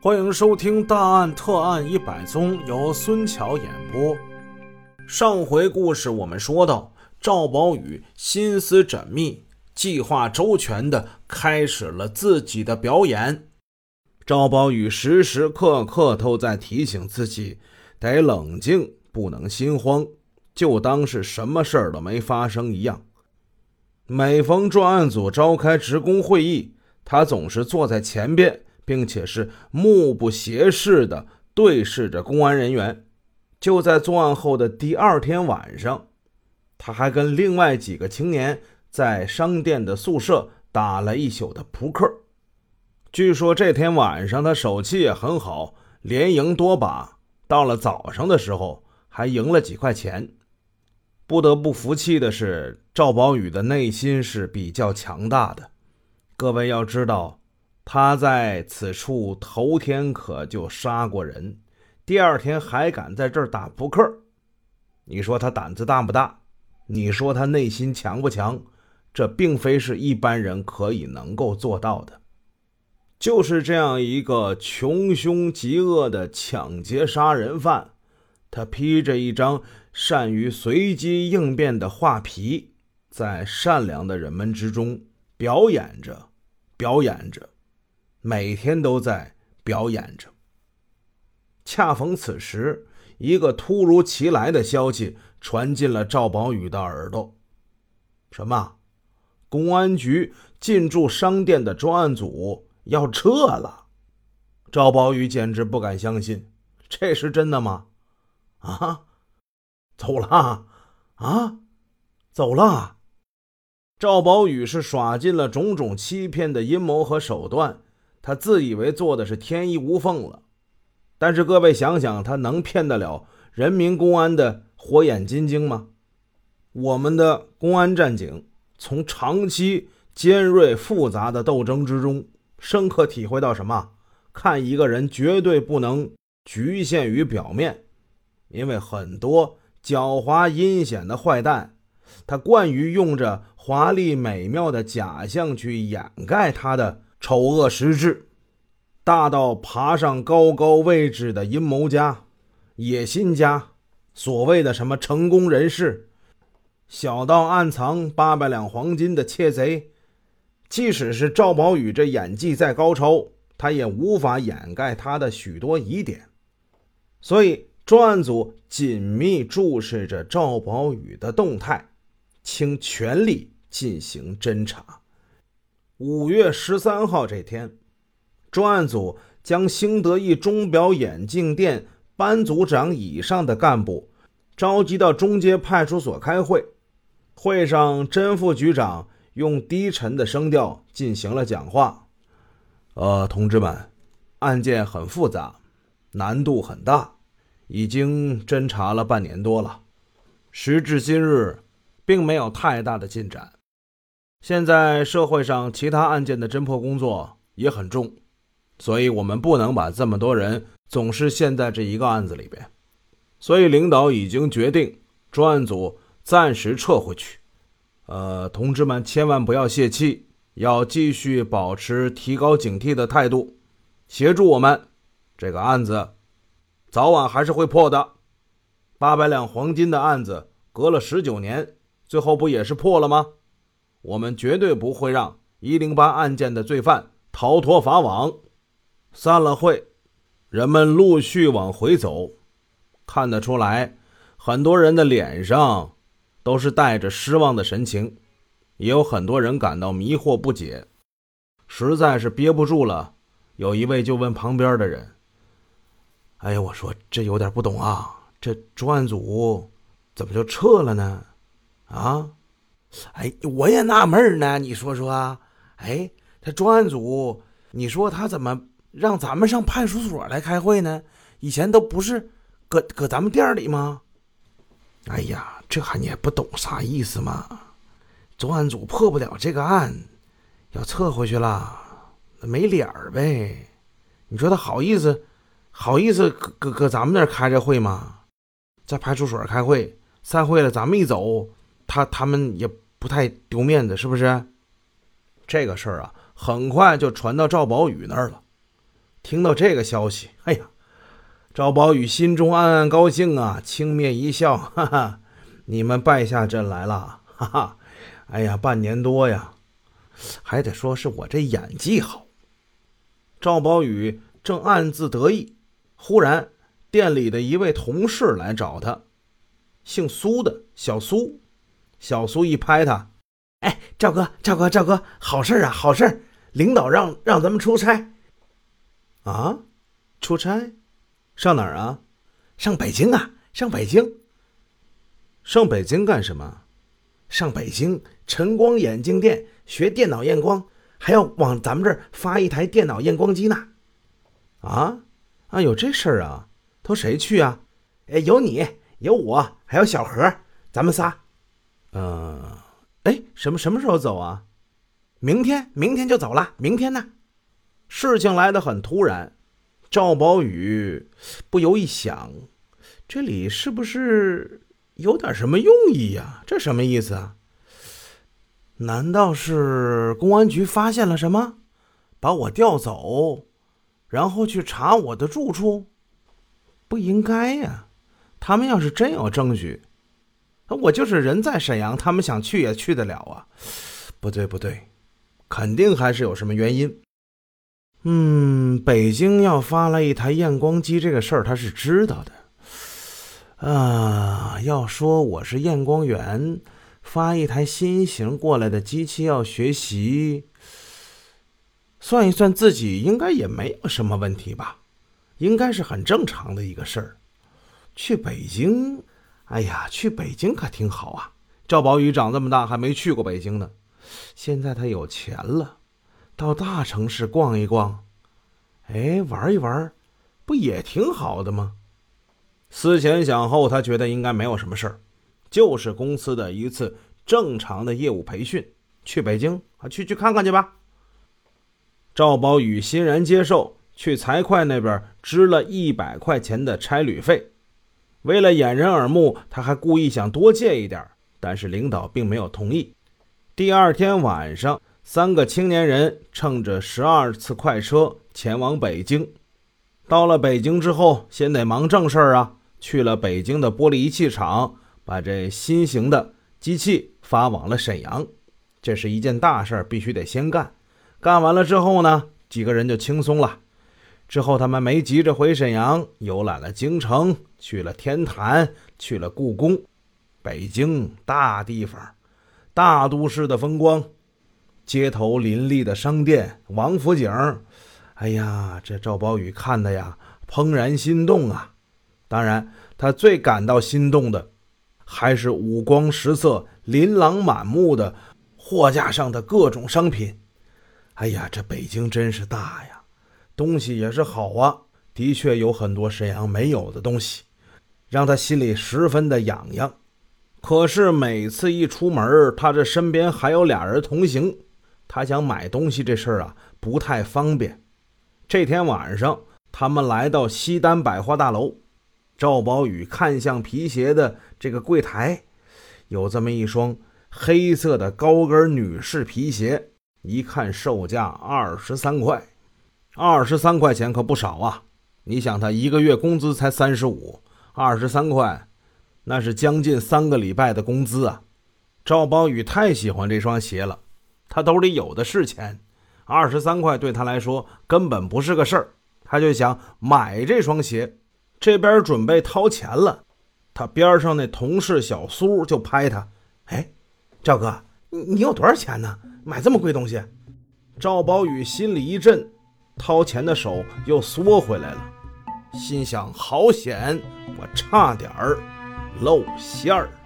欢迎收听《大案特案100宗》，由孙桥演播。上回故事我们说到，赵宝宇心思缜密，计划周全地开始了自己的表演。赵宝宇时时刻刻都在提醒自己，得冷静，不能心慌，就当是什么事儿都没发生一样。每逢专案组召开职工会议，他总是坐在前边，并且是目不斜视地对视着公安人员。就在作案后的第二天晚上，他还跟另外几个青年在商店的宿舍打了一宿的扑克。据说这天晚上他手气也很好，连赢多把，到了早上的时候还赢了几块钱。不得不服气的是，赵宝宇的内心是比较强大的。各位要知道，他在此处头天可就杀过人，第二天还敢在这儿打扑克。你说他胆子大不大？你说他内心强不强？这并非是一般人可以能够做到的。就是这样一个穷凶极恶的抢劫杀人犯，他披着一张善于随机应变的画皮，在善良的人们之中表演着，每天都在表演着。恰逢此时，一个突如其来的消息传进了赵宝宇的耳朵。什么？公安局进驻商店的专案组要撤了？赵宝宇简直不敢相信，这是真的吗？走了走了。赵宝宇是耍尽了种种欺骗的阴谋和手段，他自以为做的是天衣无缝了。但是各位想想，他能骗得了人民公安的火眼金睛吗？我们的公安战警从长期尖锐复杂的斗争之中，深刻体会到什么？看一个人绝对不能局限于表面，因为很多狡猾阴险的坏蛋，他惯于用着华丽美妙的假象去掩盖他的丑恶实质。大到爬上高高位置的阴谋家、野心家，所谓的什么成功人士，小到暗藏800两黄金的窃贼，即使是赵宝宇这演技再高超，他也无法掩盖他的许多疑点。所以专案组紧密注视着赵宝宇的动态，倾全力进行侦查。5月13号这天，专案组将兴德一钟表眼镜店班组长以上的干部召集到中街派出所开会。会上，甄副局长用低沉的声调进行了讲话。同志们，案件很复杂，难度很大，已经侦查了半年多了，时至今日并没有太大的进展。现在社会上其他案件的侦破工作也很重，所以我们不能把这么多人总是陷在这一个案子里边。所以领导已经决定专案组暂时撤回去。同志们千万不要泄气，要继续保持提高警惕的态度，协助我们，这个案子早晚还是会破的。800两黄金的案子隔了19年，最后不也是破了吗？我们绝对不会让108案件的罪犯逃脱法网。散了会，人们陆续往回走，看得出来，很多人的脸上都是带着失望的神情，也有很多人感到迷惑不解，实在是憋不住了。有一位就问旁边的人：我说这有点不懂啊，这专案组怎么就撤了呢？我也纳闷呢，你说说，这专案组，你说他怎么让咱们上派出所来开会呢？以前都不是搁咱们店里吗？这还你也不懂啥意思吗？专案组破不了这个案，要撤回去了，没脸儿呗。你说他好意思搁咱们那儿开这会吗？在派出所开会，散会了咱们一走，他们也不太丢面子，是不是？这个事儿很快就传到赵宝宇那儿了。 听到这个消息，哎呀，赵宝宇心中暗暗高兴啊，轻蔑一笑，哈哈，你们败下阵来了，哈哈，哎呀，半年多呀，还得说是我这演技好。赵宝宇正暗自得意，忽然店里的一位同事来找他，姓苏的小苏。小苏一拍他，哎，赵哥，好事啊，好事，领导让咱们出差。啊，出差？上哪儿啊？上北京啊，上北京。上北京干什么？上北京晨光眼镜店学电脑验光，还要往咱们这儿发一台电脑验光机呢。啊，有这事儿啊？都谁去啊？有你，有我，还有小何，咱们仨。什么时候走啊？明天就走了，明天呢？事情来得很突然，赵宝宇不由一想，这里是不是有点什么用意呀？这什么意思啊？难道是公安局发现了什么，把我调走，然后去查我的住处？不应该呀，他们要是真有证据，我就是人在沈阳，他们想去也去得了啊。不对，肯定还是有什么原因。北京要发来一台验光机这个事儿他是知道的。要说我是验光员，发一台新型过来的机器要学习，算一算自己应该也没有什么问题吧，应该是很正常的一个事儿。去北京，去北京可挺好啊。赵宝宇长这么大还没去过北京呢，现在他有钱了，到大城市逛一逛，玩一玩，不也挺好的吗？思前想后，他觉得应该没有什么事儿，就是公司的一次正常的业务培训，去北京去看看去吧。赵宝宇欣然接受，去财会那边支了100块钱的差旅费。为了掩人耳目，他还故意想多借一点，但是领导并没有同意。第二天晚上，3个青年人乘着12次快车前往北京。到了北京之后，先得忙正事儿啊，去了北京的玻璃仪器厂，把这新型的机器发往了沈阳。这是一件大事，必须得先干。干完了之后呢，几个人就轻松了。之后他们没急着回沈阳，游览了京城，去了天坛，去了故宫。北京大地方，大都市的风光，街头林立的商店，王府井，这赵宝宇看的呀，怦然心动啊。当然他最感到心动的还是五光十色琳琅满目的货架上的各种商品。这北京真是大呀，东西也是好啊，的确有很多沈阳没有的东西，让他心里十分的痒痒。可是每次一出门，他这身边还有俩人同行，他想买东西这事儿啊不太方便。这天晚上，他们来到西单百货大楼，赵宝宇看向皮鞋的这个柜台，有这么一双黑色的高跟女士皮鞋，一看售价23块，23块钱可不少啊。你想他一个月工资才35，23块那是将近3个礼拜的工资啊。赵宝宇太喜欢这双鞋了，他兜里有的是钱，23块对他来说根本不是个事儿，他就想买这双鞋。这边准备掏钱了，他边上那同事小苏就拍他，赵哥，你有多少钱呢？买这么贵东西？赵宝宇心里一震，掏钱的手又缩回来了，心想好险，我差点漏馅儿。